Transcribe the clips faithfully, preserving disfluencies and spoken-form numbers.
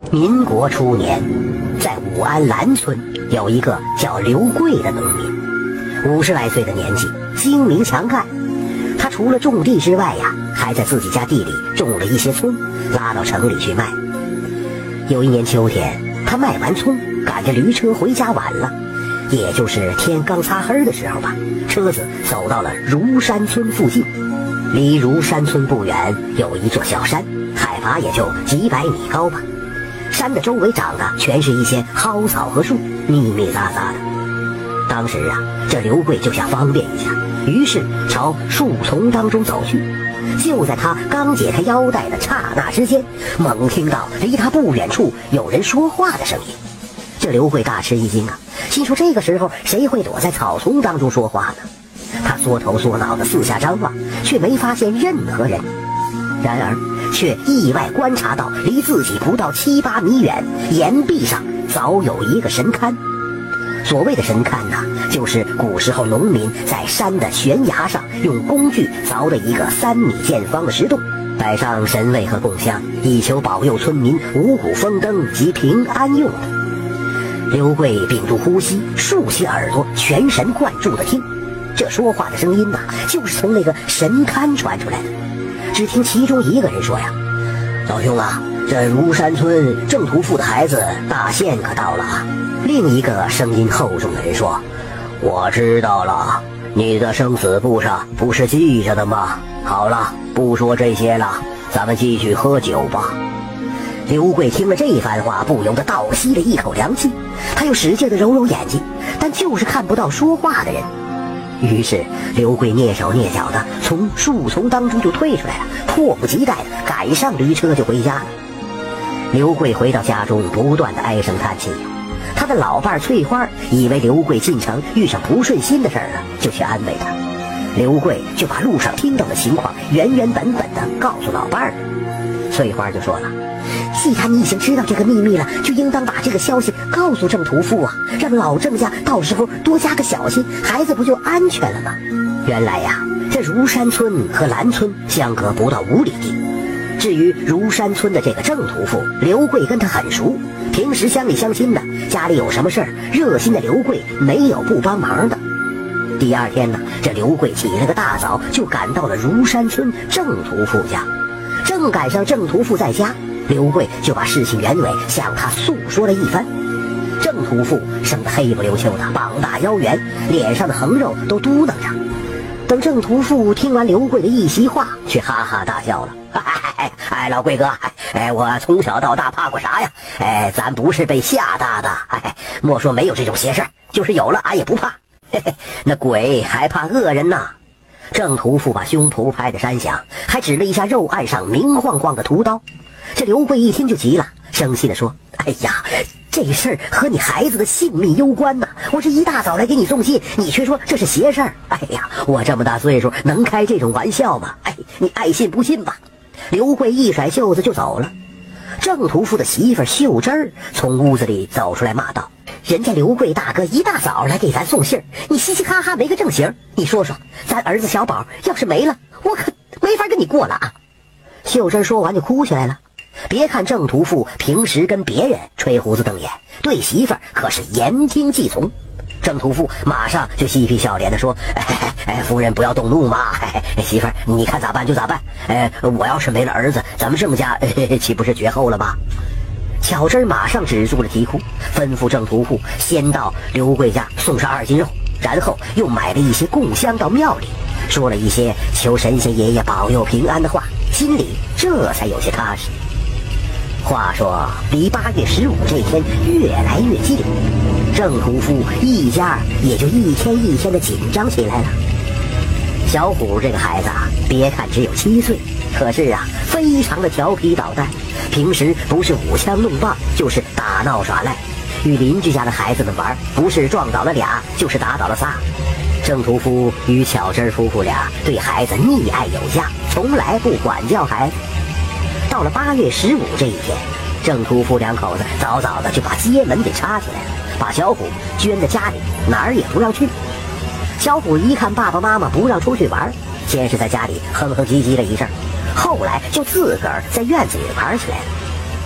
民国初年，在武安兰村有一个叫刘贵的农民，五十来岁的年纪，精明强干。他除了种地之外呀，还在自己家地里种了一些葱，拉到城里去卖。有一年秋天，他卖完葱，赶着驴车回家晚了，也就是天刚擦黑的时候吧，车子走到了如山村附近。离如山村不远有一座小山，海拔也就几百米高吧。山的周围长的全是一些蒿草和树，密密匝匝的。当时啊，这刘贵就想方便一下，于是朝树丛当中走去。就在他刚解开腰带的刹那之间，猛听到离他不远处有人说话的声音。这刘贵大吃一惊啊，心说这个时候谁会躲在草丛当中说话呢？他缩头缩脑的四下张望，却没发现任何人。然而却意外观察到离自己不到七八米远，岩壁上早有一个神龛。所谓的神龛呢，就是古时候农民在山的悬崖上用工具凿的一个三米见方的石洞，摆上神位和供香，以求保佑村民五谷丰登及平安用的。刘贵屏住呼吸，竖起耳朵，全神贯注地听。这说话的声音呐、啊，就是从那个神龛传出来的。只听其中一个人说呀：“老兄啊，这如山村郑屠父的孩子大限可到了啊。”另一个声音厚重的人说：“我知道了，你的生死簿上不是记着的吗？好了，不说这些了，咱们继续喝酒吧。”刘贵听了这番话，不由得倒吸了一口凉气。他又使劲地揉揉眼睛，但就是看不到说话的人。于是刘贵蹑手蹑脚的从树丛当中就退出来了，迫不及待的赶上驴车就回家了。刘贵回到家中，不断的唉声叹气。他的老伴翠花以为刘贵进城遇上不顺心的事儿了，就去安慰他。刘贵就把路上听到的情况原原本本的告诉老伴儿。翠花就说了：“既然你已经知道这个秘密了，就应当把这个消息告诉郑屠父啊，让老郑家到时候多加个小心，孩子不就安全了吗？”原来呀，这如山村和兰村相隔不到五里地。至于如山村的这个郑屠父，刘贵跟他很熟，平时乡里乡亲的，家里有什么事儿，热心的刘贵没有不帮忙的。第二天呢，这刘贵起了个大早，就赶到了如山村郑屠父家。正赶上郑屠父在家，刘贵就把事情原委向他诉说了一番。郑屠父生得黑不溜秋的，膀大腰圆，脸上的横肉都嘟囔着。等郑屠父听完刘贵的一席话，却哈哈大笑了。哎哎，老贵哥，哎，我从小到大怕过啥呀？哎，咱不是被吓大的。哎，莫说没有这种邪事，就是有了，俺也不怕。嘿嘿，那鬼还怕恶人呐？郑屠父把胸脯拍得山响，还指了一下肉案上明晃晃的屠刀。这刘贵一听就急了，生气地说：“哎呀，这事儿和你孩子的性命攸关呐！我这一大早来给你送信，你却说这是邪事儿。哎呀，我这么大岁数能开这种玩笑吗？哎，你爱信不信吧。”刘贵一甩袖子就走了。郑屠父的媳妇秀珍儿从屋子里走出来骂道：“人家刘贵大哥一大早来给咱送信儿，你嘻嘻哈哈没个正形，你说说，咱儿子小宝要是没了，我可没法跟你过了啊！”秀珍说完就哭起来了。别看郑屠父平时跟别人吹胡子瞪眼，对媳妇儿可是言听计从。郑屠父马上就嬉皮笑脸地说：“哎哎，夫人不要动怒嘛，哎，媳妇儿你看咋办就咋办。哎，我要是没了儿子，咱们郑家、哎、岂不是绝后了吗？”巧珍马上止住了啼哭，吩咐郑屠父先到刘贵家送上二斤肉，然后又买了一些供香到庙里，说了一些求神仙爷爷保佑平安的话，心里这才有些踏实。话说离八月十五这天越来越近，郑屠父一家也就一天一天的紧张起来了。小虎这个孩子啊，别看只有七岁，可是啊，非常的调皮捣蛋，平时不是舞枪弄棒，就是打闹耍赖，与邻居家的孩子们玩，不是撞倒了俩，就是打倒了仨。郑屠夫与巧珍夫妇俩对孩子溺爱有加，从来不管教孩子。到了八月十五这一天，郑屠夫两口子早早的就把街门给插起来了，把小虎圈在家里，哪儿也不让去。小虎一看爸爸妈妈不让出去玩，先是在家里哼哼唧唧了一阵，后来就自个儿在院子里玩起来了。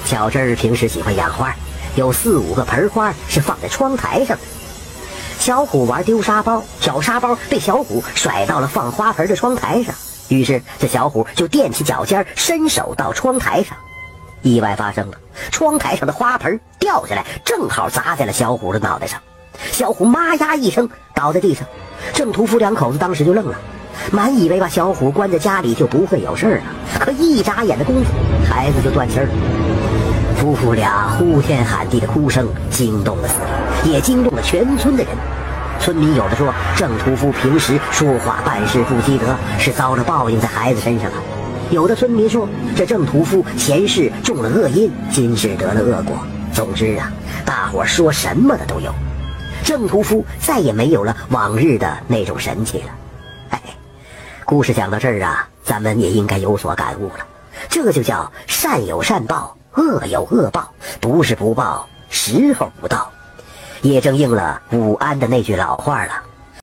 小珍儿平时喜欢养花，有四五个盆花是放在窗台上的。小虎玩丢沙包，小沙包被小虎甩到了放花盆的窗台上，于是这小虎就踮起脚尖，伸手到窗台上。意外发生了，窗台上的花盆掉下来，正好砸在了小虎的脑袋上。小虎妈呀一声倒在地上，郑屠夫两口子当时就愣了，满以为把小虎关在家里就不会有事了，可一眨眼的功夫，孩子就断气儿了。夫妇俩呼天喊地的哭声惊动了四邻，也惊动了全村的人。村民有的说，郑屠夫平时说话办事不积德，是遭了报应在孩子身上了；有的村民说，这郑屠夫前世中了恶因，今世得了恶果。总之啊，大伙说什么的都有。郑屠夫再也没有了往日的那种神气了。哎，故事讲到这儿啊，咱们也应该有所感悟了。这就叫善有善报，恶有恶报，不是不报，时候不到。也正应了武安的那句老话了。